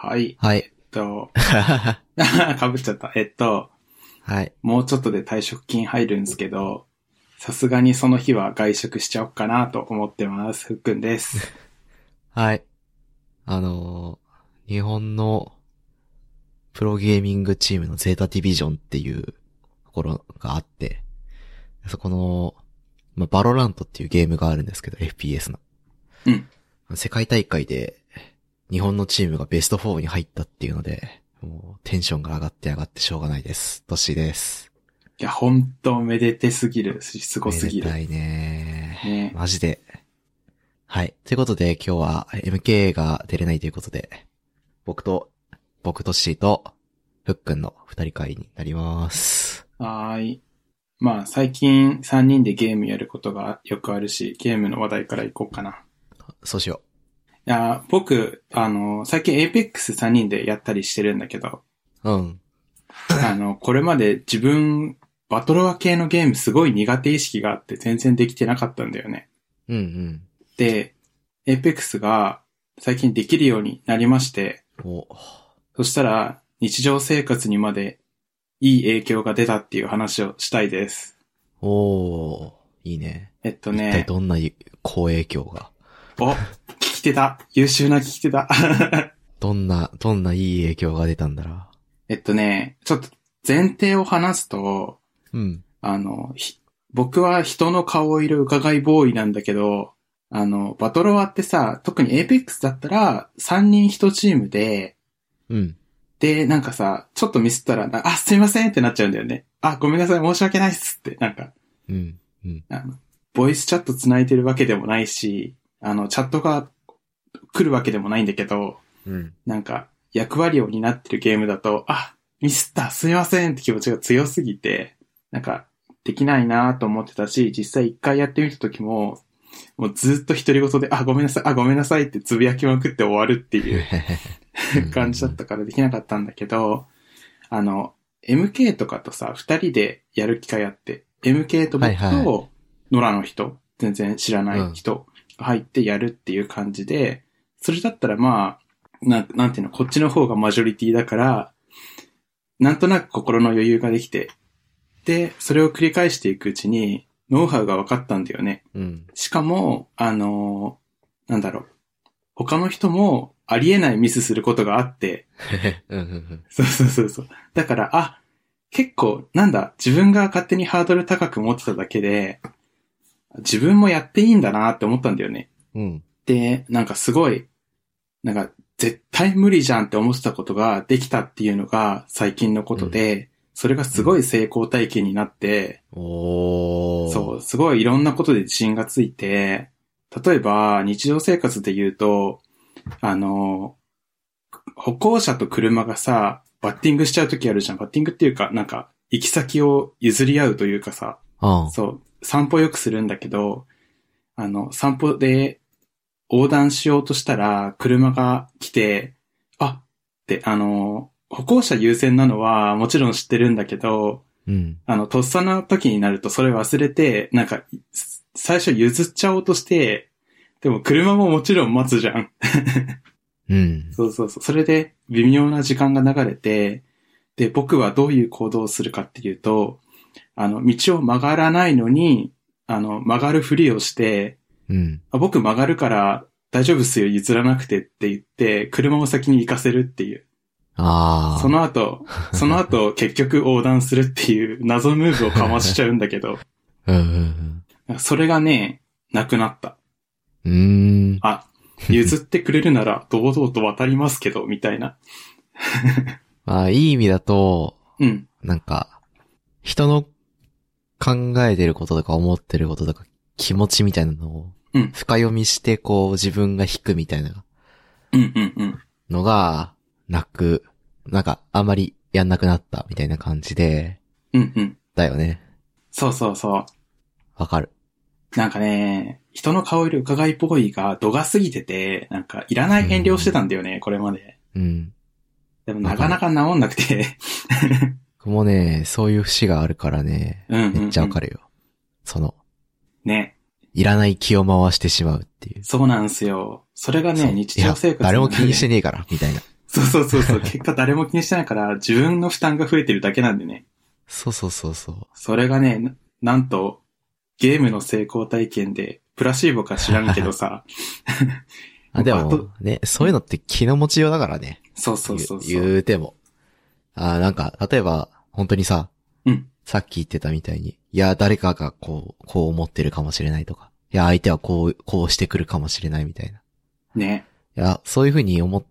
はい。 はい。 かぶっちゃった。 はい。 もうちょっとで退職金入るんですけど、さすがにその日は外食しちゃおうかなと思ってます。ふっくんです。 はい。日本のプロゲーミングチームのゼータディビジョンっていうところがあって、そこの、バロラントっていうゲームがあるんですけど、FPS の。 うん。 世界大会で日本のチームがベスト4に入ったっていうので、もうテンションが上がってしょうがないです。トッシーです。 いや、ほんとめでてすぎるし、すごすぎる。 めでたいね。 ね。 マジで。はい。ということで今日は MK が出れないということで、僕トッシーとふっくんの二人会になります。 はーい。まあ、最近3人でゲームやることがよくあるし、ゲームの話題からいこうかな。 そうしよいや、僕、最近 Apex3 人でやったりしてるんだけど、 う。うん。 これまで自分、バトロワ系のゲームすごい苦手意識があって全然できてなかったんだよね。 うんうん。 で、Apex が最近できるようになりまして、そしたら日常生活にまでいい影響が出たっていう話をしたいです。 おー、いいね。一体どんな好影響が。 聞き手だ。優秀な聞き手だ。 どんないい影響が出たんだろう。 ちょっと前提を話すと、 うん。 僕は人の顔色伺いボーイなんだけど、バトロワってさ、特にエーペックスだったら、3人1チームで、 うん。 で、なんかさ、ちょっとミスったら、すいませんってなっちゃうんだよね。ごめんなさい、申し訳ないっすって、なんか、 うん。うん。 ボイスチャット繋いでるわけでもないし、チャットが来るわけでもないんだけど、 うん。 なんか、役割を担ってるゲームだと、ミスった、すいませんって気持ちが強すぎて、なんか、できないなと思ってたし、実際一回やってみた時も、もうずっと独り言で、ごめんなさい、ごめんなさいってつぶやきまくって終わるっていう感じだったからできなかったんだけど、MK とかとさ、二人でやる機会あって、MK と僕と野良の人、全然知らない人が入ってやるっていう感じで、それだったらまあ、なんていうの、こっちの方がマジョリティだから、なんとなく心の余裕ができて、で、それを繰り返していくうちに、ノウハウが分かったんだよね。 うん。 しかも、なんだろう。他の人もありえないミスすることがあって。そう。だから、結構、自分が勝手にハードル高く持ってただけで、自分もやっていいんだなって思ったんだよね。 うん。 で、すごい、絶対無理じゃんって思ってたことができたっていうのが最近のことで、それがすごい成功体験になって、そう、すごいいろんなことで自信がついて、例えば日常生活で言うと、歩行者と車がさ、バッティングしちゃうときあるじゃん。バッティングっていうか、行き先を譲り合うというかさ、そう、散歩よくするんだけど、散歩で横断しようとしたら、車が来て、歩行者優先なのはもちろん知ってるんだけど、 うん。 とっさの時になるとそれ忘れて、最初譲っちゃおうとして、でも車ももちろん待つじゃん。 うん。 そう。それで微妙な時間が流れて、で、僕はどういう行動をするかっていうと、道を曲がらないのに、曲がるふりをして、 うん。 僕曲がるから大丈夫っすよ、譲らなくてって言って、車を先に行かせるっていう。その後結局横断するっていう謎ムーブをかましちゃうんだけど、それがね、なくなった。譲ってくれるなら堂々と渡りますけど、みたいな。 いい意味だと、 うん。 人の考えてることとか思ってることとか気持ちみたいなのを、深読みして自分が引くみたいな。のが、あんまりやんなくなったみたいな感じで、だよね。 そう。 わかる。 人の顔色伺いっぽいが度が過ぎてて、いらない遠慮してたんだよね、これまで。でもなかなか治んなくて。 僕もね、そういう節があるからね、めっちゃわかるよ。 ね。 いらない気を回してしまうっていう。 そうなんすよ。それがね、日常生活誰も気にしてねえから、みたいな。 そうそうそうそう。結果誰も気にしてないから、自分の負担が増えてるだけなんでね。 そうそうそうそう。 それがね、なんと、ゲームの成功体験で、プラシーボか知らんけどさ。 あ、でも、ね、そういうのって気の持ちようだからね。 そうそうそうそう。 言うても。なんか、例えば、本当にさ、 うん。 さっき言ってたみたいに、いや、誰かがこう思ってるかもしれないとか、いや、相手はこうしてくるかもしれないみたいな。 ね。 いや、そういうふうに思って、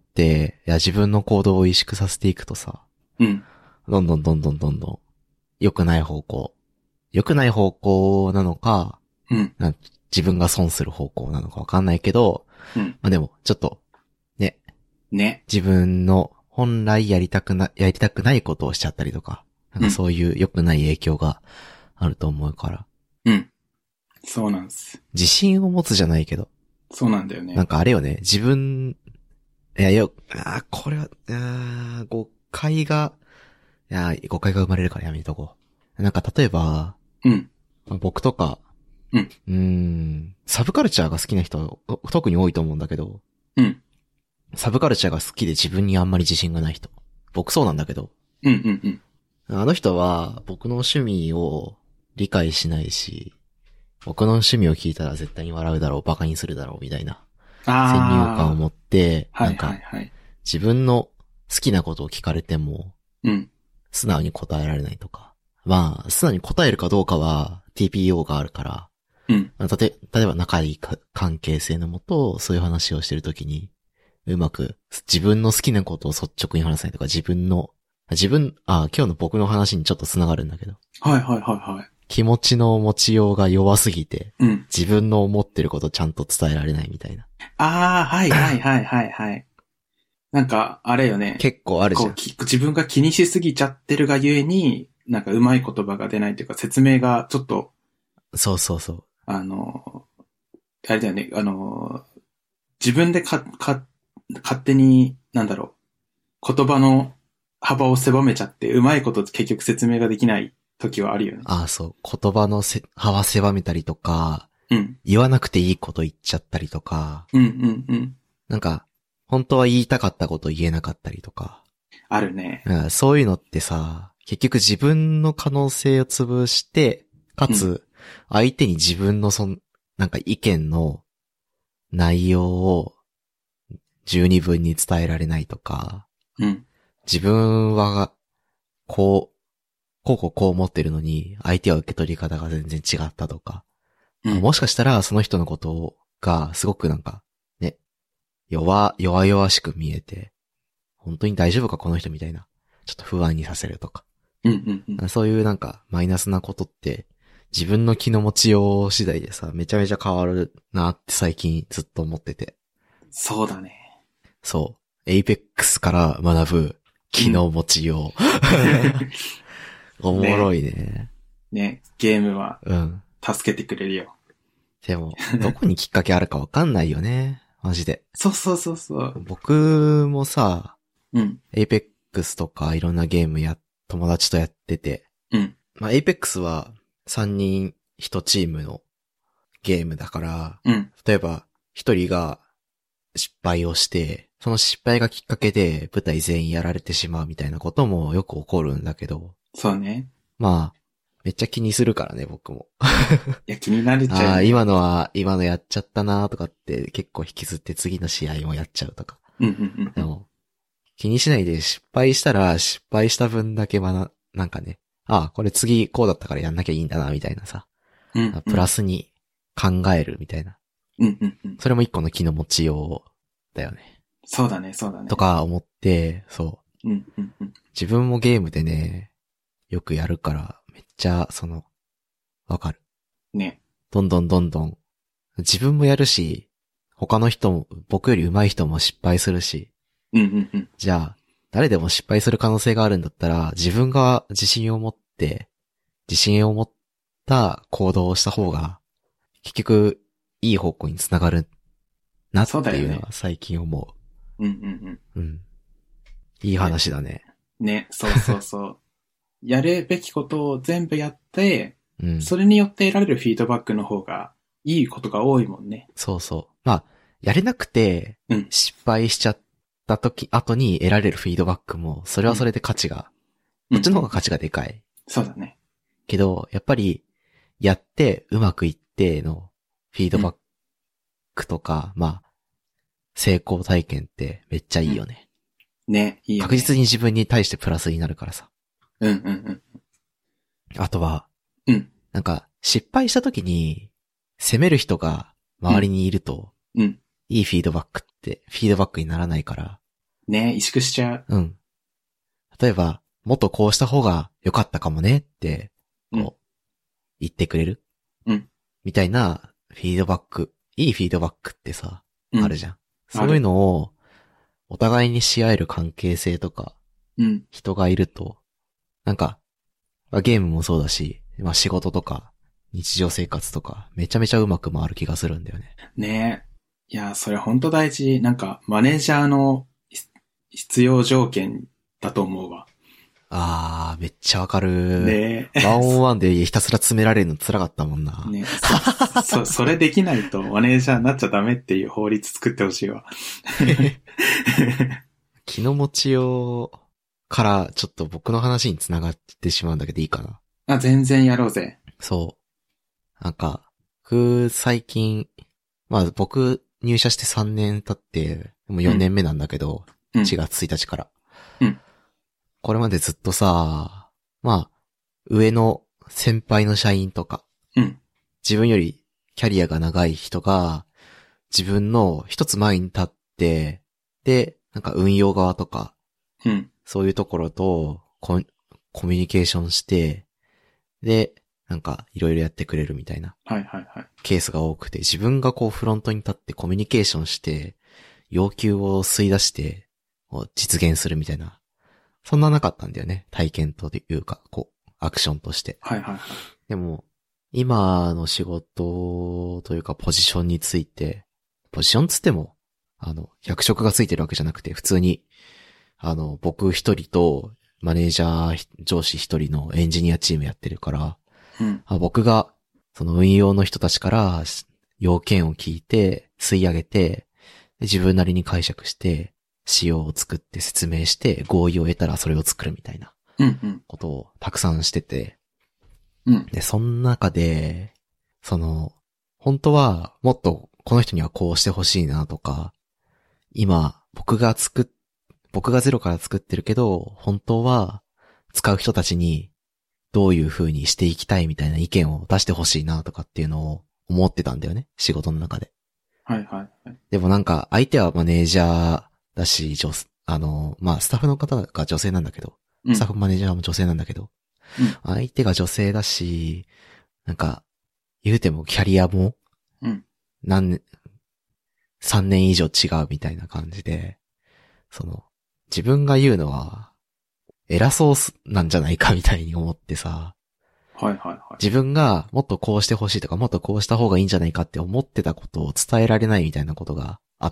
いや、自分の行動を萎縮させていくとさ、 うん。 どんどん、良くない方向なのか、 うん。 自分が損する方向なのかわかんないけど、 うん。 まあでも、ちょっと、ね。自分の本来やりたくないことをしちゃったりとか、なんかそういう良くない影響があると思うから。 うん。そうなんです。 自信を持つじゃないけど。 そうなんだよね。 なんかあれよね、これは、誤解が生まれるからやめとこう。なんか例えば、 うん。 僕とか、サブカルチャーが好きな人は特に多いと思うんだけど、 うん。 サブカルチャーが好きで自分にあんまり自信がない人。僕そうなんだけど。あの人は僕の趣味を理解しないし、僕の趣味を聞いたら絶対に笑うだろう、バカにするだろう、みたいな。先入観を持って、なんか、自分の好きなことを聞かれても、素直に答えられないとか。まあ、素直に答えるかどうかは TPO があるから、例えば仲いい関係性のもと、そういう話をしてるときに、うまく自分の好きなことを率直に話せないとか、今日の僕の話にちょっと繋がるんだけど。気持ちの持ちようが弱すぎて、自分の思ってることちゃんと伝えられないみたいな。 なんか、あれよね。 結構あるじゃん。 自分が気にしすぎちゃってるがゆえに、なんかうまい言葉が出ないというか、説明がちょっと。 そうそうそう。 あれだよね。自分で勝手に、言葉の幅を狭めちゃって、うまいこと結局説明ができない時はあるよね。 そう。言葉の幅狭めたりとか、言わなくていいこと言っちゃったりとか、なんか、本当は言いたかったこと言えなかったりとか。 あるね。 そういうのってさ、結局自分の可能性を潰して、かつ、相手に自分のなんか意見の内容を十二分に伝えられないとか、自分はこう思ってるのに、相手は受け取り方が全然違ったとか、もしかしたらその人のことがすごくなんか、ね、弱々しく見えて、本当に大丈夫かこの人みたいな、ちょっと不安にさせるとか。そういうなんかマイナスなことって、自分の気の持ちよう次第でさ、めちゃめちゃ変わるなって最近ずっと思ってて。 そうだね。 そう。エイペックスから学ぶ気の持ちよう。おもろいね。 ね、ゲームは、助けてくれるよ。 でも、どこにきっかけあるかわかんないよね。マジで。 そう。 僕もさ、エイペックスとかいろんなゲーム友達とやってて。まあ、エイペックスは3人1チームのゲームだから、例えば1人が失敗をして、その失敗がきっかけで部隊全員やられてしまうみたいなこともよく起こるんだけど。 そうね。 まあ、めっちゃ気にするからね、僕も。 いや、気になるっちゃう、ね。 今のやっちゃったなとかって結構引きずって次の試合もやっちゃうとか。でも、気にしないで失敗したら失敗した分だけなんかね、これ次こうだったからやんなきゃいいんだな、みたいなさ。プラスに考えるみたいな。それも一個の気の持ちようだよね。 そうだね。 とか思って、そう。自分もゲームでね、よくやるから、めっちゃ、わかる。 ね。 どんどん、自分もやるし、他の人も、僕より上手い人も失敗するし。じゃあ、誰でも失敗する可能性があるんだったら、自分が自信を持った行動をした方が、結局、いい方向につながるなっていうのは最近思う。いい話だね。 ね、そう。やるべきことを全部やって、それによって得られるフィードバックの方がいいことが多いもんね。 そう。まあ、やれなくて、失敗しちゃっった後に得られるフィードバックも、それはそれで価値が、こっちの方が価値がでかい。 そうだね。 けど、やっぱり、やってうまくいってのフィードバックとか、まあ、成功体験ってめっちゃいいよね。 ね、いいよね。 確実に自分に対してプラスになるからさ。あとは、なんか、失敗した時に、責める人が周りにいると、いいフィードバックにならないから。 ね、萎縮しちゃう。例えば、もっとこうした方が良かったかもねって、こう、言ってくれるみたいなフィードバック、いいフィードバックってさ、あるじゃん。そういうのを、お互いにし合える関係性とか、人がいると、なんか、ゲームもそうだし、まあ仕事とか、日常生活とか、めちゃめちゃうまく回る気がするんだよね。 ねえ。いや、それほんと大事。なんか、マネージャーの必要条件だと思うわ。 めっちゃわかる。 ねえ。 ワンオンワンでひたすら詰められるの辛かったもんな。 ねそれできないとマネージャーになっちゃダメっていう法律作ってほしいわ。 気の持ちようからちょっと僕の話に繋がってしまうんだけどいいかな。全然やろうぜ。 そう。なんか、最近、まあ僕入社して3年経って、もう4年目なんだけど、4月1日から。これまでずっとさ、まあ、上の先輩の社員とか、自分よりキャリアが長い人が、自分の一つ前に立って、で、なんか運用側とか、そういうところとコミュニケーションして、で、なんかいろいろやってくれるみたいなケースが多くて、自分がこうフロントに立ってコミュニケーションして、要求を吸い出して、実現するみたいな。そんななかったんだよね。体験というか、こう、アクションとして。でも、今の仕事というかポジションについて、ポジションつっても、役職がついてるわけじゃなくて、普通に、僕一人と、マネージャー上司一人のエンジニアチームやってるから、僕が、その運用の人たちから要件を聞いて、吸い上げて、自分なりに解釈して、仕様を作って説明して合意を得たらそれを作るみたいなことをたくさんしてて、で、その中で、本当はもっとこの人にはこうしてほしいなとか、今僕がゼロから作ってるけど、本当は使う人たちにどういう風にしていきたいみたいな意見を出してほしいなとかっていうのを思ってたんだよね、仕事の中で。でもなんか相手はマネージャーだし、まあ、スタッフの方が女性なんだけど、スタッフマネージャーも女性なんだけど、相手が女性だし、なんか、言うてもキャリアも、3年以上違うみたいな感じで、自分が言うのは、偉そうなんじゃないかみたいに思ってさ、自分がもっとこうしてほしいとか、もっとこうした方がいいんじゃないかって思ってたことを伝えられないみたいなことがあって、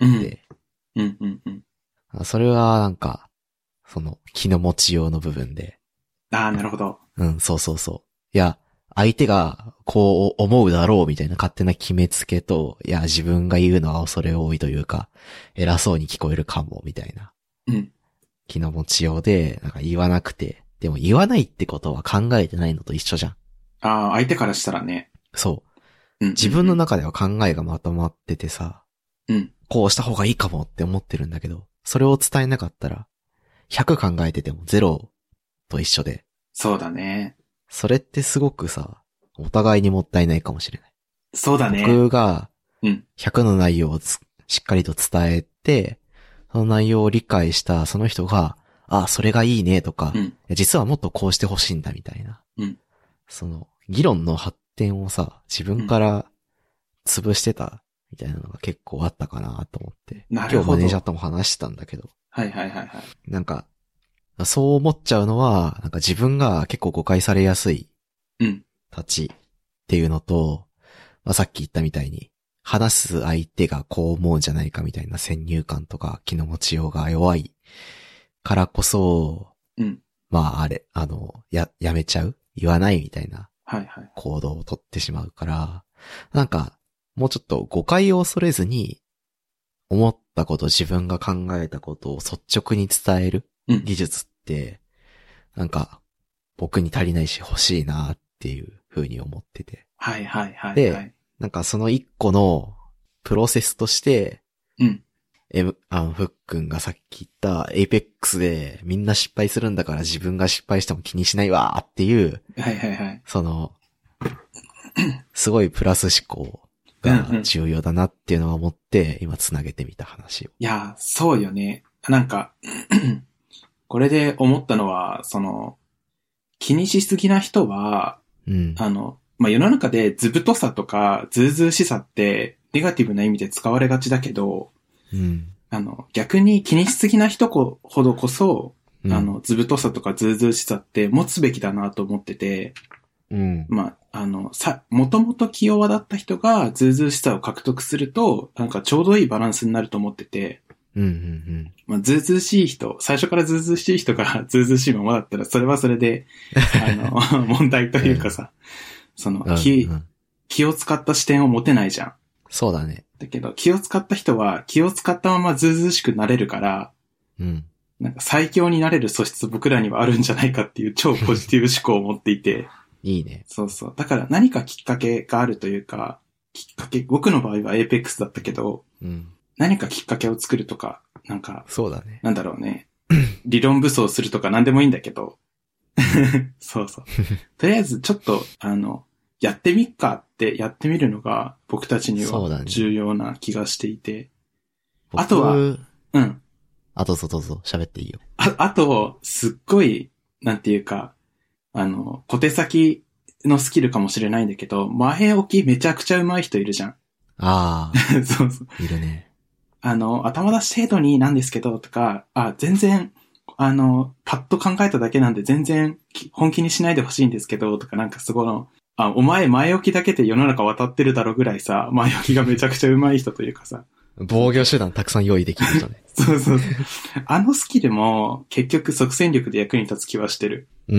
それはなんか、気の持ちようの部分で。 なるほど。 そうそうそう。いや、相手がこう思うだろうみたいな勝手な決めつけと、いや、自分が言うのは恐れ多いというか、偉そうに聞こえるかも、みたいな。気の持ちようで、なんか言わなくて、でも言わないってことは考えてないのと一緒じゃん。 相手からしたらね。 そう。自分の中では考えがまとまっててさ、こうした方がいいかもって思ってるんだけど、それを伝えなかったら、100考えてても0と一緒で。 そうだね。 それってすごくさ、お互いにもったいないかもしれない。 そうだね。 僕が、100の内容をしっかりと伝えて、その内容を理解したその人が、それがいいねとか、実はもっとこうしてほしいんだみたいな。議論の発展をさ、自分から潰してたみたいなのが結構あったかなと思って。今日マネージャーとも話してたんだけど。なんか、そう思っちゃうのは、なんか自分が結構誤解されやすい立ちっていうのと、まあ、さっき言ったみたいに、話す相手がこう思うんじゃないかみたいな先入観とか気の持ちようが弱いからこそ、まあやめちゃう言わないみたいな行動をとってしまうから、なんか、もうちょっと誤解を恐れずに、思っったこと、自分が考えたことを率直に伝える技術って、なんか、僕に足りないし欲しいなっていう風に思ってて。 はいはいはい、はい。 で、なんかその一個のプロセスとして、 うん。 ふっくんがさっき言ったエイペックスでみんな失敗するんだから自分が失敗しても気にしないわっていう、 はいはいはい。 その、すごいプラス思考が重要だなっていうのを思って、今つなげてみた話を。 いや、そうよね。なんか、これで思ったのは、その、気にしすぎな人は、 うん、 まあ、世の中で図太さとかズうずうしさってネガティブな意味で使われがちだけど、 うん、 逆に気にしすぎな人ほどこそ、図太さとかズうずうしさって持つべきだなと思ってて、 うん、 まあ、もともと気弱だった人がズうずうしさを獲得すると、なんかちょうどいいバランスになると思ってて、 うんうんうん、 まあ、ずうずうしい人、最初からずうずうしい人がずうずうしいままだったら、それはそれで、問題というかさ、その、気を使った視点を持てないじゃん。 そうだね。 だけど、気を使った人は、気を使ったままずうずうしくなれるから、 うん。 なんか最強になれる素質僕らにはあるんじゃないかっていう超ポジティブ思考を持っていて。 いいね。 そうそう。だから何かきっかけがあるというか、僕の場合は Apex だったけど、 うん。 何かきっかけを作るとか、なんか、 そうだね。 なんだろうね。理論武装するとか何でもいいんだけど、そうそう。とりあえずちょっと、やってみっかってやってみるのが僕たちには重要な気がしていて。ね、あとは、うん。 どうぞ喋っていいよ。 あと、すっごい、なんていうか、小手先のスキルかもしれないんだけど、前置きめちゃくちゃ上手い人いるじゃん。 ああ。 そうそう。 いるね。 頭出し程度になんですけど、とか、全然、パッと考えただけなんで全然本気にしないでほしいんですけど、とかなんかすごいお前前置きだけで世の中渡ってるだろぐらいさ、前置きがめちゃくちゃ上手い人というかさ。 防御手段たくさん用意できる人ね。 そうそう。スキルも結局即戦力で役に立つ気はしてる。 うん。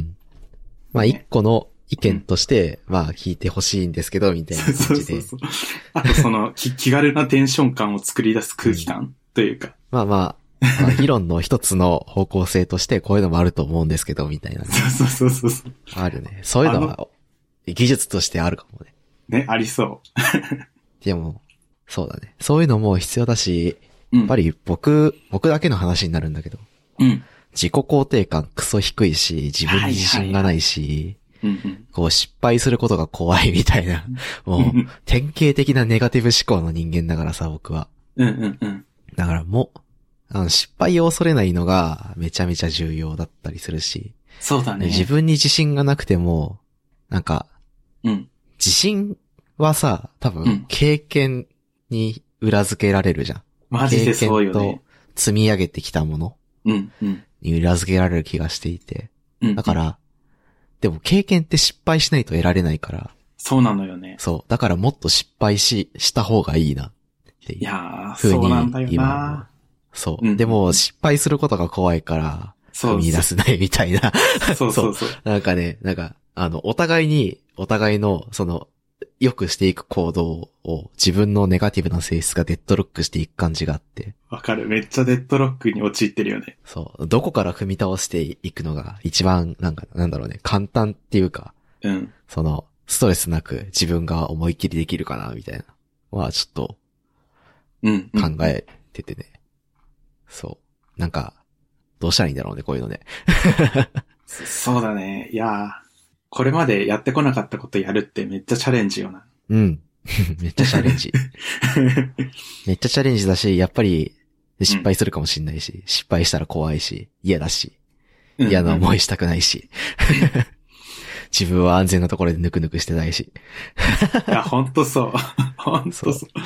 まあ一個の意見として、まあ聞いてほしいんですけど、みたいな感じで。 そう。あとその気軽なテンション感を作り出す空気感というか。 まあ、議論の一つの方向性としてこういうのもあると思うんですけど、みたいな、ね。 そう。 あるね。そういうのは技術としてあるかもね。 ね、ありそう。 でも、そうだね。そういうのも必要だし、やっぱり僕だけの話になるんだけど、 うん、 自己肯定感クソ低いし、自分に自信がないし、こう失敗することが怖いみたいな、もう典型的なネガティブ思考の人間だからさ、僕は。だからもう、失敗を恐れないのがめちゃめちゃ重要だったりするし。 そうだね。 自分に自信がなくても、なんか、自信はさ、多分、経験に裏付けられるじゃん。 マジでそうよね。 経験と積み上げてきたものに裏付けられる気がしていて。だから、でも経験って失敗しないと得られないから。 そうなのよね。 そう。だからもっと失敗した方がいいなっていう。 いやー、そうなんだよな。 そう。でも失敗することが怖いから、踏み出せないみたいな。 そう。 なんかね、お互いの、よくしていく行動を自分のネガティブな性質がデッドロックしていく感じがあって。 わかる。めっちゃデッドロックに陥ってるよね。 そう。どこから踏み倒していくのが一番、なんだろうね、簡単っていうか、ストレスなく自分が思いっきりできるかな、みたいな。まあちょっと、考えててね。そう。なんか、どうしたらいいんだろうね、こういうのね。 そうだね。いやー、これまでやってこなかったことやるってめっちゃチャレンジよな。 うん。めっちゃチャレンジ。めっちゃチャレンジだし、やっぱり失敗するかもしんないし、失敗したら怖いし、嫌だし、嫌な思いしたくないし。自分は安全なところでぬくぬくしてないし。 いや、ほんとそう。ほんとそう。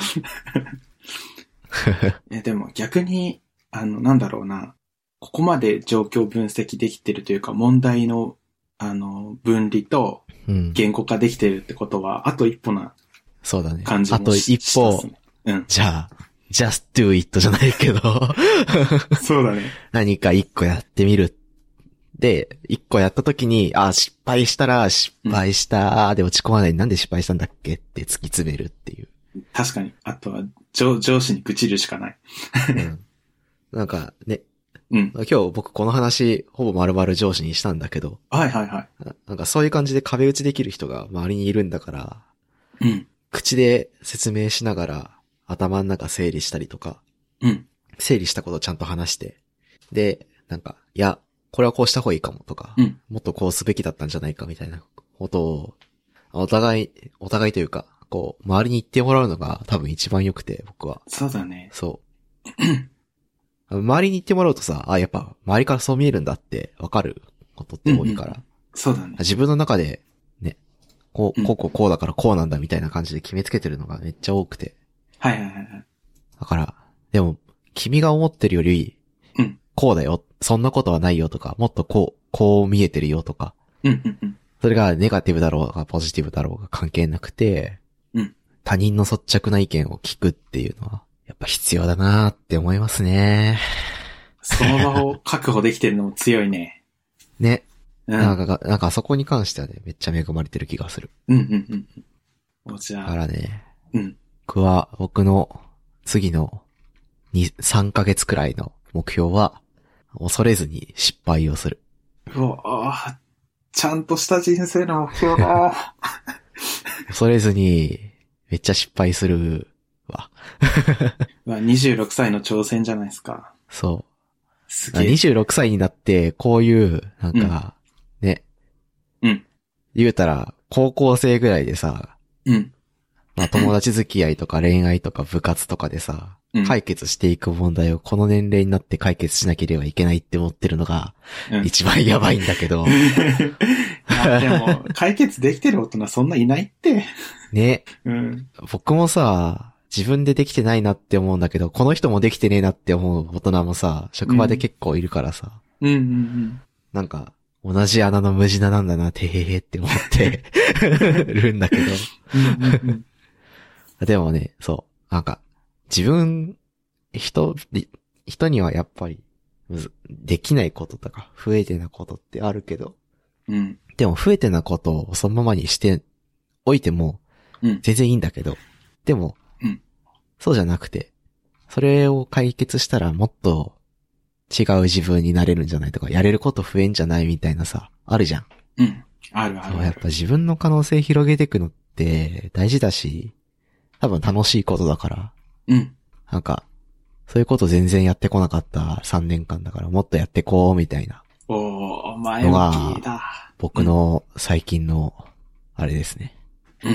でも逆に、なんだろうな。ここまで状況分析できてるというか、問題の、分離と言語化できてるってことは、あと一歩なそうだね。 感じもあと一歩、じゃあ、just do it じゃないけど。 そうだね。 何か一個やってみる。で、一個やった時に、失敗したら、失敗した、で落ち込まない。なんで失敗したんだっけって突き詰めるっていう。 確かに。あとは、上司に愚痴るしかない。 うん。なんかね、 うん。 今日僕この話、ほぼ丸々上司にしたんだけど。 はいはいはい。 なんかそういう感じで壁打ちできる人が周りにいるんだから、 うん。 口で説明しながら頭の中整理したりとか、 うん。 整理したことをちゃんと話して、で、なんか、いや、これはこうした方がいいかもとか、 うん。 もっとこうすべきだったんじゃないかみたいなことを、お互いというか、こう、周りに言ってもらうのが多分一番良くて、僕は。 そうだね。 そう。周りに言ってもらうとさ、やっぱ周りからそう見えるんだってわかることって多いから。 そうだね。 自分の中で、ね、こうだからこうなんだみたいな感じで決めつけてるのがめっちゃ多くて。 はいはいはい。 だから、でも、君が思ってるより、こうだよ、そんなことはないよとか、もっとこう見えてるよとか。それがネガティブだろうがポジティブだろうが関係なくて、他人の率直な意見を聞くっていうのは、やっぱ必要だなーって思いますね。 その場を確保できてるのも強いね。 ね。なんかそこに関してはね、めっちゃ恵まれてる気がする。 じゃあ。 だからね、僕の次の3ヶ月くらいの目標は、恐れずに失敗をする。 ちゃんとした人生の目標だ。 恐れずに、めっちゃ失敗するわ。 26歳の挑戦じゃないですか。 そう。 すげえ。 26歳になって、こういう、なんか、ね。言うたら、高校生ぐらいでさ、まあ友達付き合いとか恋愛とか部活とかでさ、解決していく問題をこの年齢になって解決しなければいけないって思ってるのが、一番やばいんだけど。 でも、解決できてる大人そんないないって。 ね。僕もさ、自分でできてないなって思うんだけど、この人もできてねえなって思う大人もさ、職場で結構いるからさ。なんか、同じ穴の無地ななんだな、てへへって思ってるんだけど。でもね、そう。なんか、人にはやっぱり、できないこととか、不得手なことってあるけど、でも不得手なことをそのままにしておいても、全然いいんだけど、でも、そうじゃなくて、それを解決したらもっと違う自分になれるんじゃないとか、やれること増えんじゃないみたいなさ、あるじゃん。 あるある。 そう、やっぱ自分の可能性広げていくのって大事だし、多分楽しいことだから。なんか、そういうこと全然やってこなかった3年間だからもっとやってこうみたいな。 前向きだ。 僕の最近の、あれですね。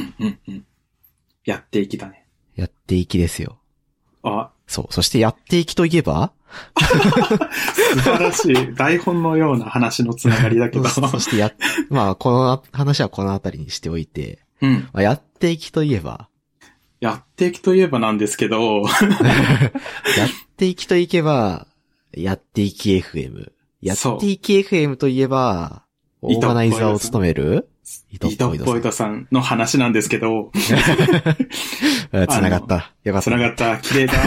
やっていきだね。 やっていきですよ。そう。そしてやっていきといえば素晴らしい。台本のような話のつながりだけど。 そしてまあ、この話はこのあたりにしておいて。まあ、やっていきといえば。 やっていきといえばなんですけど。 やっていきといけば、やっていき FM。やっていき FM といえば、オーガナイザーを務める伊藤ポイトさんの話なんですけど。 繋がった。よかった。 繋がった。綺麗だ。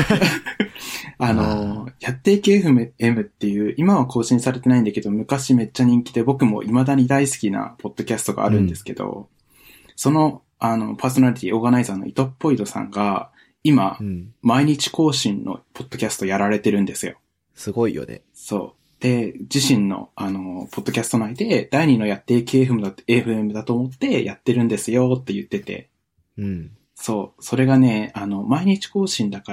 やっていき FM っていう、今は更新されてないんだけど、昔めっちゃ人気で僕も未だに大好きなポッドキャストがあるんですけど、その、パーソナリティ、オーガナイザーの伊藤ポイトさんが、今、毎日更新のポッドキャストやられてるんですよ。 すごいよね。 そう。で、自身の、ポッドキャスト内で、第2のやっていき FM だと思ってやってるんですよって言ってて。そう。それがね、毎日更新だから、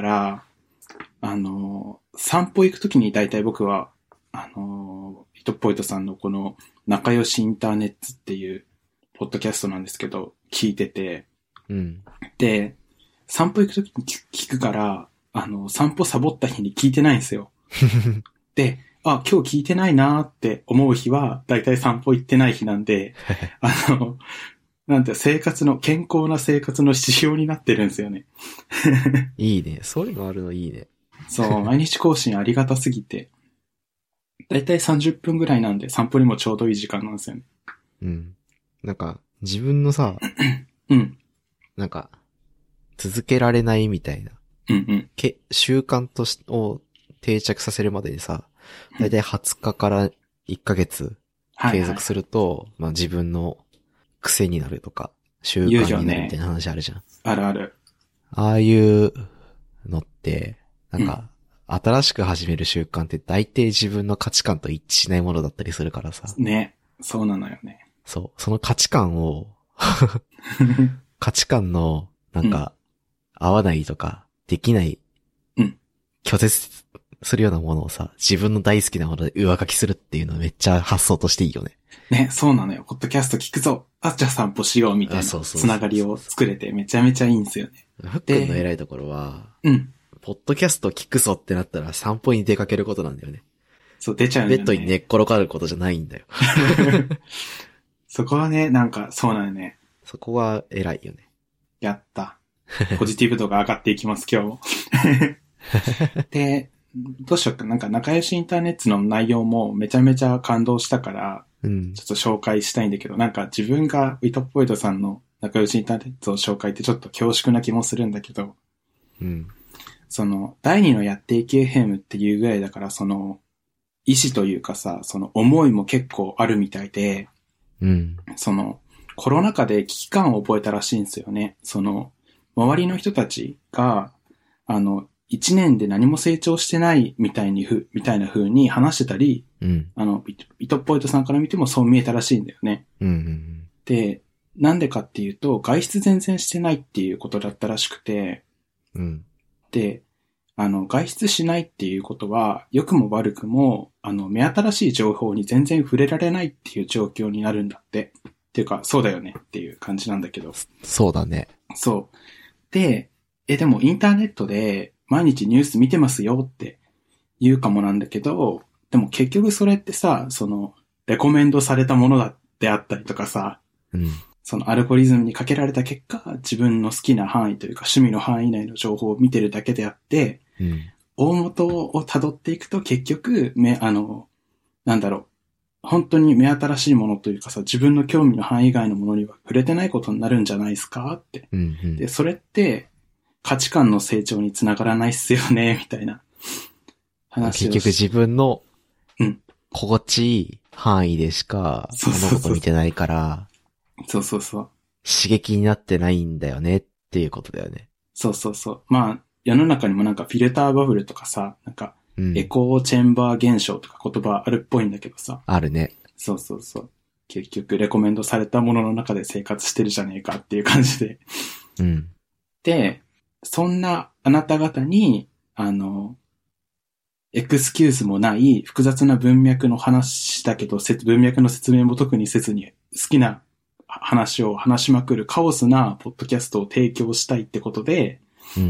散歩行くときに大体僕は、伊藤ポイトさんのこの、仲良しインターネットっていう、ポッドキャストなんですけど、聞いてて。で、散歩行くときに聞くから、散歩サボった日に聞いてないんですよ。で、今日聞いてないなーって思う日は、だいたい散歩行ってない日なんで、なんて健康な生活の指標になってるんですよね。 いいね。そういうのあるのいいね。 そう、毎日更新ありがたすぎて。だいたい30分ぐらいなんで、散歩にもちょうどいい時間なんですよね。 なんか、自分のさ、なんか、続けられないみたいな。習慣を定着させるまでにさ、だいたい20日から1ヶ月継続すると、まあ自分の癖になるとか、習慣になるみたいな話あるじゃん。 あるある。 ああいうのって、なんか、新しく始める習慣って大抵自分の価値観と一致しないものだったりするからさ。 ね。そうなのよね。 そう。その価値観を、価値観の、なんか、合わないとか、できない、拒絶するようなものをさ、自分の大好きなもので上書きするっていうのはめっちゃ発想としていいよね。 ね、そうなのよ。ポッドキャスト聞くぞ。あ、じゃあ散歩しようみたいなつながりを作れてめちゃめちゃいいんですよね。 ふっくんの偉いところは、ポッドキャスト聞くぞってなったら散歩に出かけることなんだよね。 そう、出ちゃうんだよね。 ベッドに寝っ転がることじゃないんだよ。 そこはね、なんかそうなのね。 そこは偉いよね。 やった。ポジティブ度が上がっていきます、今日も。で、どうしようか。なんか仲良しインターネットの内容もめちゃめちゃ感動したから、ちょっと紹介したいんだけど、なんか自分がウィトポイトさんの仲良しインターネットを紹介ってちょっと恐縮な気もするんだけど、その、第二のやっていけヘムっていうぐらいだから、その、意志というかさ、その思いも結構あるみたいで、その、コロナ禍で危機感を覚えたらしいんですよね。その、周りの人たちが、一年で何も成長してないみたいな風に話してたり、イトポイトさんから見てもそう見えたらしいんだよね。で、なんでかっていうと、外出全然してないっていうことだったらしくて、で、外出しないっていうことは、良くも悪くも、目新しい情報に全然触れられないっていう状況になるんだって。っていうか、そうだよねっていう感じなんだけど。 そうだね。 そう。で、でもインターネットで毎日ニュース見てますよって言うかもなんだけど、でも結局それってさ、その、レコメンドされたものであったりとかさ、そのアルゴリズムにかけられた結果、自分の好きな範囲というか趣味の範囲内の情報を見てるだけであって、大元を辿っていくと結局、なんだろう、本当に目新しいものというかさ、自分の興味の範囲外のものには触れてないことになるんじゃないですかって。で、それって価値観の成長につながらないっすよね、みたいな話を。 結局自分の心地いい範囲でしか物事見てないから、 刺激になってないんだよねっていうことだよね。 まあ、世の中にもなんかフィルターバブルとかさ、なんか、エコーチェンバー現象とか言葉あるっぽいんだけどさ。 あるね。 結局レコメンドされたものの中で生活してるじゃねえかっていう感じで。で、そんなあなた方に、エクスキューズもない複雑な文脈の話だけど、文脈の説明も特にせずに好きな話を話しまくるカオスなポッドキャストを提供したいってことで、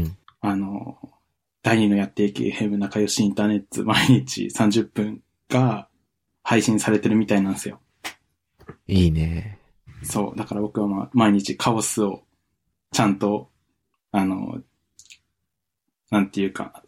第2のやっていけヘム仲良しインターネット毎日30分が配信されてるみたいなんですよ。 いいね。 そう。だから僕は毎日カオスをちゃんと、なんていうか、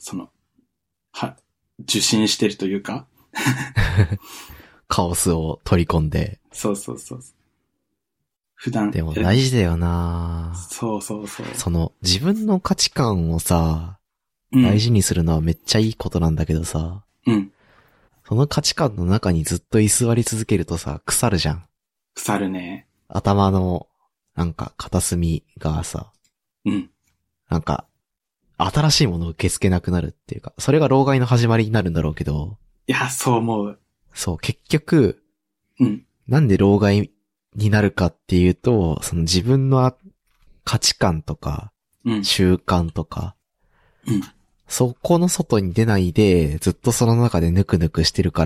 受信してるというか。 カオスを取り込んで。 そう。普段。 でも大事だよな。 そう。 その自分の価値観をさ、大事にするのはめっちゃいいことなんだけどさ。その価値観の中にずっと居座り続けるとさ、腐るじゃん。 腐るね。 頭の、なんか片隅がさ。なんか、新しいものを受け付けなくなるっていうか、それが老害の始まりになるんだろうけど。 いや、そう思う。 そう、結局、なんで老害になるかっていうと、その自分の価値観とか、習慣とか、そこの外に出ないで、ずっとその中でぬくぬくしてるから、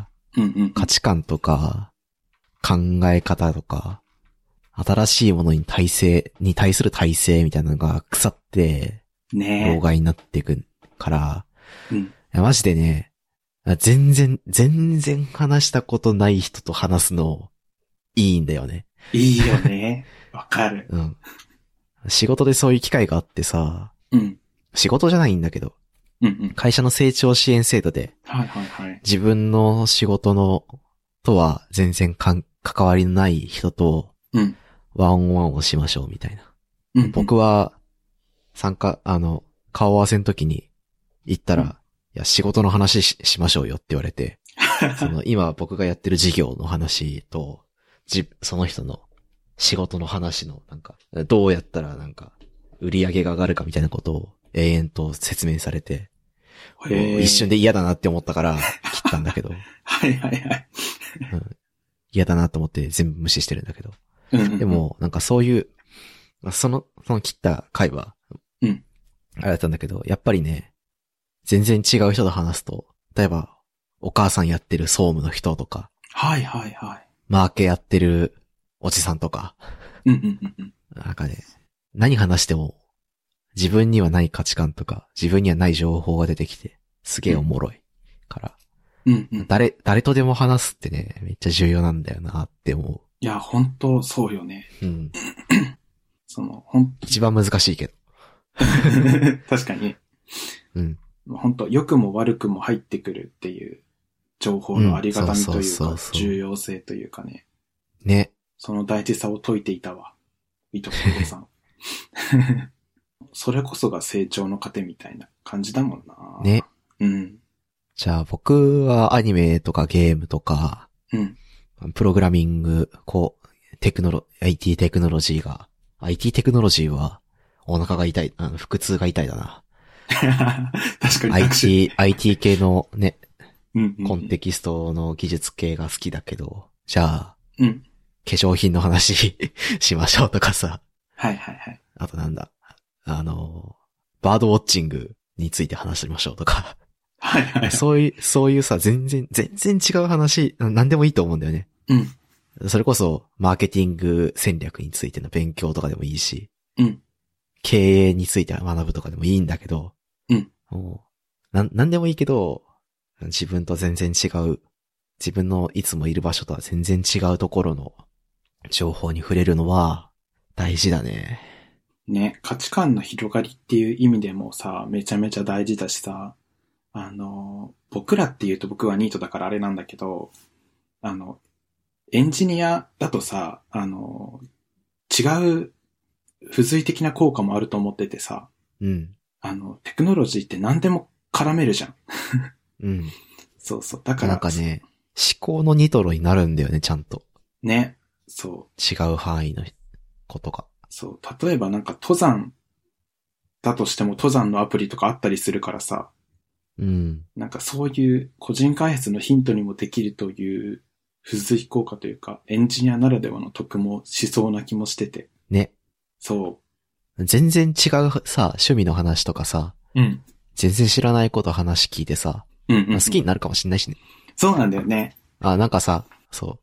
価値観とか、考え方とか、新しいものに対する体制みたいなのが腐って、老害になっていくから、いやマジでね、全然話したことない人と話すの、いいんだよね。 いいよね。わかる。 仕事でそういう機会があってさ、仕事じゃないんだけど、会社の成長支援制度で、自分の仕事とは全然関わりのない人と、ワンオンワンをしましょうみたいな。僕は、顔合わせの時に言ったら、いや、仕事の話 しましょうよって言われて、今僕がやってる事業の話と、その人の仕事の話の、なんか、どうやったらなんか、 売り上げが上がるかみたいなことを延々と説明されて、一瞬で嫌だなって思ったから切ったんだけど。 はいはいはい。 嫌だなと思って全部無視してるんだけど。でも、なんかそういう、その切った回は、あれだったんだけど、やっぱりね、全然違う人と話すと、例えば、お母さんやってる総務の人とか、 はいはいはい。 マーケやってるおじさんとか、なんかね、何話しても、自分にはない価値観とか、自分にはない情報が出てきて、すげえおもろいから。誰とでも話すってね、めっちゃ重要なんだよなって思う。 いや、本当そうよね。 一番難しいけど。 確かに。本当良くも悪くも入ってくるっていう情報のありがたみというか、重要性というかね。 ね。 その大事さを説いていたわ。伊藤健さん。それこそが成長の糧みたいな感じだもんな。 ね。じゃあ僕はアニメとかゲームとか、プログラミング、IT テクノロジーはお腹が痛い、腹痛が痛いだな。 確かに。IT 系のね、コンテキストの技術系が好きだけど、じゃあ、化粧品の話しましょうとかさ。 はいはいはい。 あとなんだ、バードウォッチングについて話しましょうとか。 はいはいはい。 そういうさ、全然違う話、何でもいいと思うんだよね。それこそ、マーケティング戦略についての勉強とかでもいいし、経営について学ぶとかでもいいんだけど、何でもいいけど、自分と全然違う、自分のいつもいる場所とは全然違うところの情報に触れるのは大事だね。 ね、価値観の広がりっていう意味でもさ、めちゃめちゃ大事だしさ、僕らって言うと僕はニートだからあれなんだけど、エンジニアだとさ、違う付随的な効果もあると思っててさ、テクノロジーって何でも絡めるじゃん。そうそう。だから。 なんかね、思考のニトロになるんだよね、ちゃんと。 ね。そう。 違う範囲のことが。 そう。例えばなんか登山だとしても登山のアプリとかあったりするからさ。なんかそういう個人開発のヒントにもできるという付随効果というか、エンジニアならではの得もしそうな気もしてて。 ね。 そう。 全然違うさ、趣味の話とかさ。全然知らないこと話聞いてさ。好きになるかもしんないしね。 そうなんだよね。 なんかさ、そう。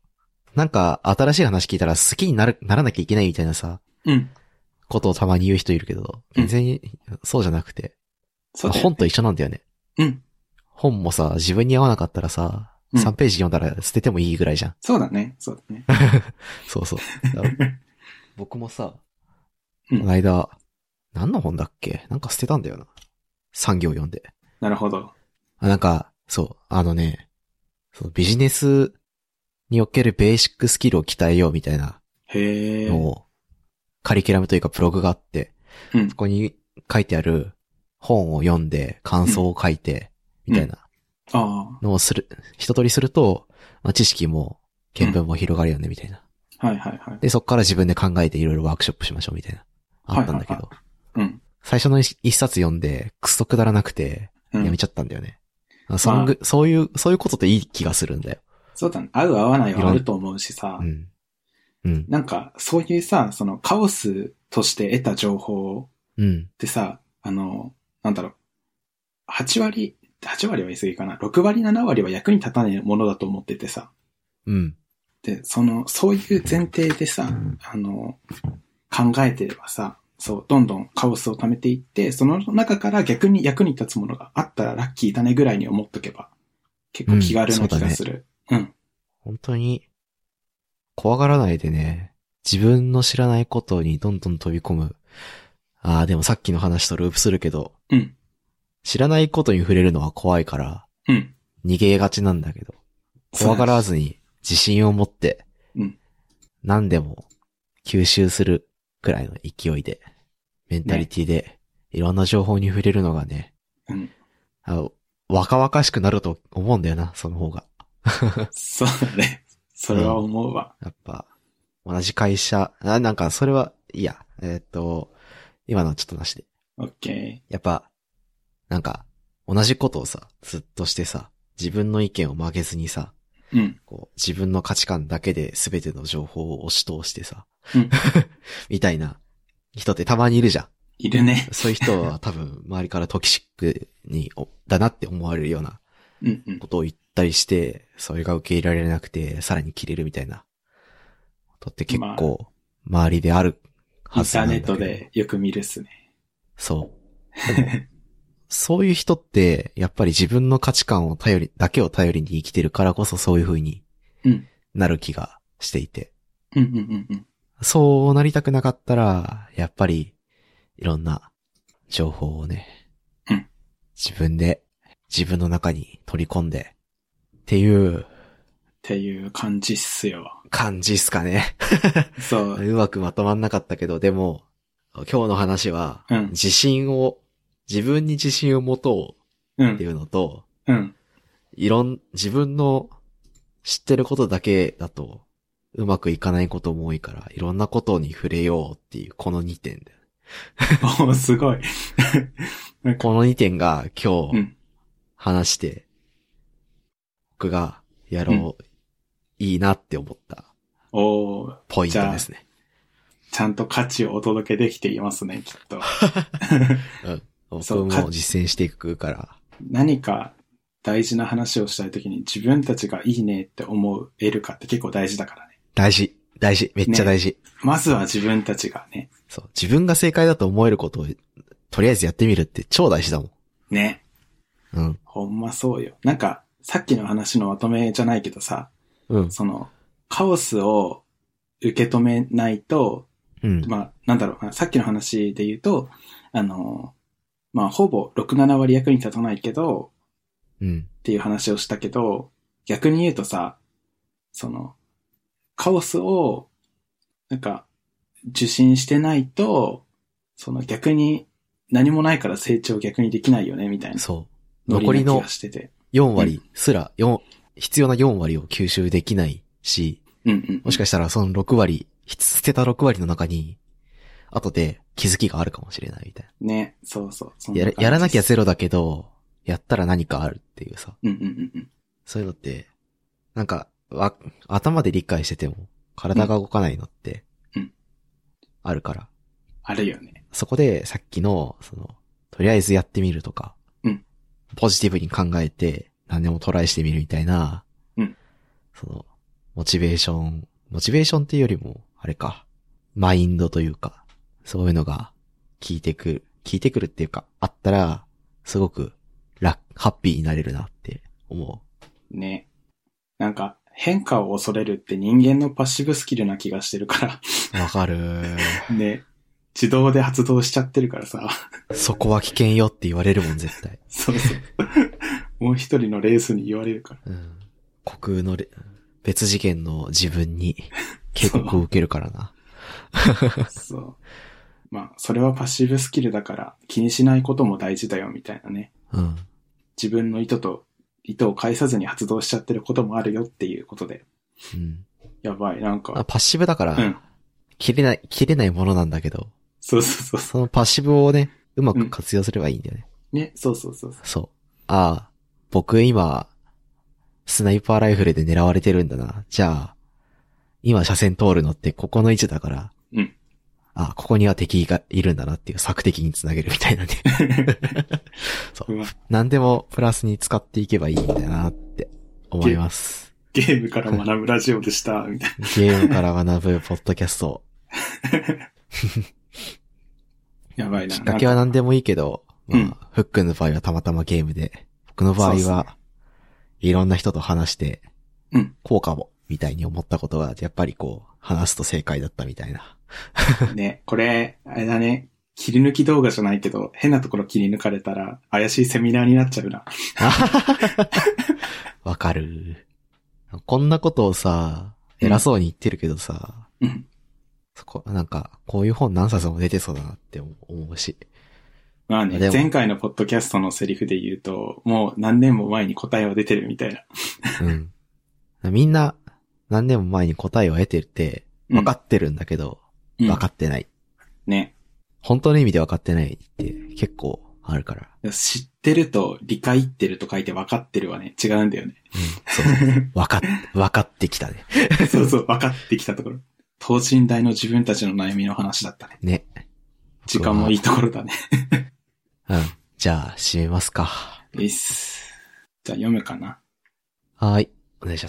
なんか新しい話聞いたら好きにならなきゃいけないみたいなさ。ことをたまに言う人いるけど、全然そうじゃなくて。本と一緒なんだよね。本もさ、自分に合わなかったらさ、3ページ読んだら捨ててもいいぐらいじゃん。 そうだね。そうだね。 そうそう。僕もさ、この間、何の本だっけ？なんか捨てたんだよな。3行読んで。 なるほど。 なんか、そう、ビジネスにおけるベーシックスキルを鍛えようみたいなのを、カリキュラムというかプログがあって、そこに書いてある本を読んで感想を書いて、みたいなのを一通りすると、知識も見聞も広がるよね、みたいな。 はいはいはい。 で、そこから自分で考えていろいろワークショップしましょう、みたいな。あったんだけど。最初の一冊読んで、クソくだらなくて、やめちゃったんだよね。そういうことっていい気がするんだよ。 そうだね。合う合わないはあると思うしさ。なんか、そういうさ、そのカオスとして得た情報ってさ、なんだろう、8割は言い過ぎかな。6割、7割は役に立たないものだと思っててさ。で、そういう前提でさ、考えてればさ、そう、どんどんカオスを貯めていって、その中から逆に役に立つものがあったらラッキーだねぐらいに思っとけば、結構気軽な気がする。 本当に、怖がらないでね、自分の知らないことにどんどん飛び込む。でもさっきの話とループするけど、知らないことに触れるのは怖いから、逃げがちなんだけど、怖がらずに自信を持って、何でも吸収するくらいの勢いで、メンタリティでいろんな情報に触れるのがね、若々しくなると思うんだよな、その方が。 そうだね。それは思うわ。 やっぱ、同じ会社、なんかそれは、いや、 今のはちょっとなしで。 オッケやっぱ、なんか、同じことをさ、ずっとしてさ、自分の意見を曲げずにさ、 ー。うん。 こう、自分の価値観だけで全ての情報を押し通してさ、 うん。 みたいな人ってたまにいるじゃん。 いるね。 そういう人は多分周りからトキシックだなって思われるようなうんうん。 ことを言ったりして、それが受け入れられなくて、さらに切れるみたいなことって結構、周りであるはずなんだけど。 インターネットでよく見るっすね。 そう。そういう人って、やっぱり自分の価値観だけを頼りに生きてるからこそそういう風になる気がしていて。 うんうんうんうん。 そうなりたくなかったら、やっぱり、いろんな情報をね、 うん、 自分の中に取り込んで、っていう感じっすよ。 感じっすかね。 そう。 うまくまとまんなかったけど、でも、今日の話は、自分に自信を持とうっていうのと、自分の知ってることだけだと、うまくいかないことも多いから、いろんなことに触れようっていう、この2点だよ。 お、すごい。 この2点が今日、話して、僕がやろう、いいなって思った、ポイントですね。 ちゃんと価値をお届けできていますね、きっと。 僕も実践していくから。 何か大事な話をしたいときに自分たちがいいねって思えるかって結構大事だからね。 大事。めっちゃ大事。 ね、まずは自分たちがね。 そう。自分が正解だと思えることを、とりあえずやってみるって超大事だもん。 ね。 うん。 ほんまそうよ。なんか、さっきの話のまとめじゃないけどさ、カオスを受け止めないと、さっきの話で言うと、ほぼ6、7割役に立たないけど、っていう話をしたけど、逆に言うとさ、カオスを、受信してないと、逆に何もないから成長逆にできないよね、みたいな。 そう。残りの4割すら、必要な4割を吸収できないし、もしかしたらその6割、捨てた6割の中に、後で気づきがあるかもしれないみたいな。 ね、そうそう。 やらなきゃゼロだけど、やったら何かあるっていうさ。そういうのって、頭で理解してても、体が動かないのって、あるから。 あるよね。 そこで、さっきの、とりあえずやってみるとか、ポジティブに考えて、何でもトライしてみるみたいな、モチベーションっていうよりも、あれか、マインドというか、そういうのが、聞いてくるっていうか、あったら、すごく、ハッピーになれるなって思う。ね。変化を恐れるって人間のパッシブスキルな気がしてるから。 わかるー。ね。自動で発動しちゃってるからさ。 そこは危険よって言われるもん、絶対。 そう。もう一人のレースに言われるから。 虚空の別次元の自分に警告を受けるからな。 そう。それはパッシブスキルだから気にしないことも大事だよみたいなね。自分の意図を介さずに発動しちゃってることもあるよっていうことで。やばい、 パッシブだから、切れないものなんだけど。 そう。 そのパッシブをね、うまく活用すればいいんだよね。 ね、そう。 そう。僕今、スナイパーライフルで狙われてるんだな。じゃあ、今車線通るのってここの位置だから、ここには敵がいるんだなっていう索敵につなげるみたいなね。そう。何でもプラスに使っていけばいいんだなって思います。 ゲームから学ぶラジオでした、みたいな。 ゲームから学ぶポッドキャスト。 やばいな。 きっかけは何でもいいけど、フックの場合はたまたまゲームで、僕の場合は、いろんな人と話して、こうかも、みたいに思ったことが、やっぱり話すと正解だったみたいな。 ね、これ、あれだね、切り抜き動画じゃないけど、変なところ切り抜かれたら、怪しいセミナーになっちゃうな。 わかる。こんなことをさ、偉そうに言ってるけどさ、こういう本何冊も出てそうだなって思うし。 前回のポッドキャストのセリフで言うと、もう何年も前に答えは出てるみたいな。みんな、何年も前に答えを得てて、分かってるんだけど、分かってない。 ね。 本当の意味で分かってないって結構あるから。 知ってると理解ってると書いて分かってるはね、違うんだよね。 そう。分かってきたね。 そうそう、分かってきたところ。等身大の自分たちの悩みの話だったね。 ね。 時間もいいところだね。 うん。じゃあ、締めますか。 じゃあ読むかな。 はい。お願いします。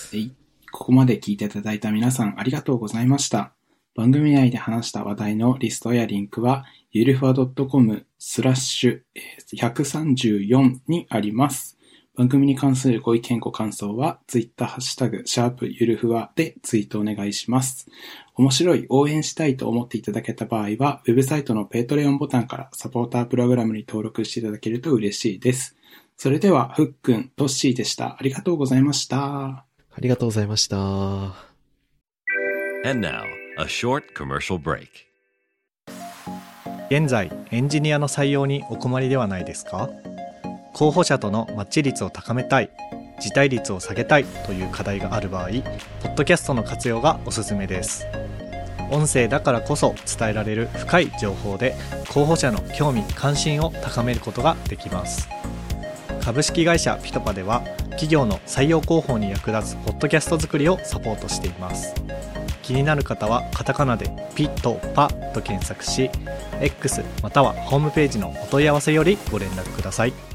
ここまで聞いていただいた皆さんありがとうございました。番組内で話した話題のリストやリンクは、ゆるふわ .com/134 にあります。番組に関するご意見ご感想は、ツイッターハッシュタグ、#ゆるふわでツイートお願いします。面白い、応援したいと思っていただけた場合は、ウェブサイトのペイトレオンボタンからサポータープログラムに登録していただけると嬉しいです。それでは、ふっくん、トッシーでした。ありがとうございました。 ありがとうございました。 And now, a short commercial break. 現在、エンジニアの採用にお困りではないですか？候補者とのマッチ率を高めたい、辞退率を下げたいという課題がある場合、ポッドキャストの活用がおすすめです。音声だからこそ伝えられる深い情報で、候補者の興味・関心を高めることができます。株式会社ピトパでは、企業の採用広報に役立つポッドキャスト作りをサポートしています。気になる方はカタカナでピトパと検索し、X またはホームページのお問い合わせよりご連絡ください。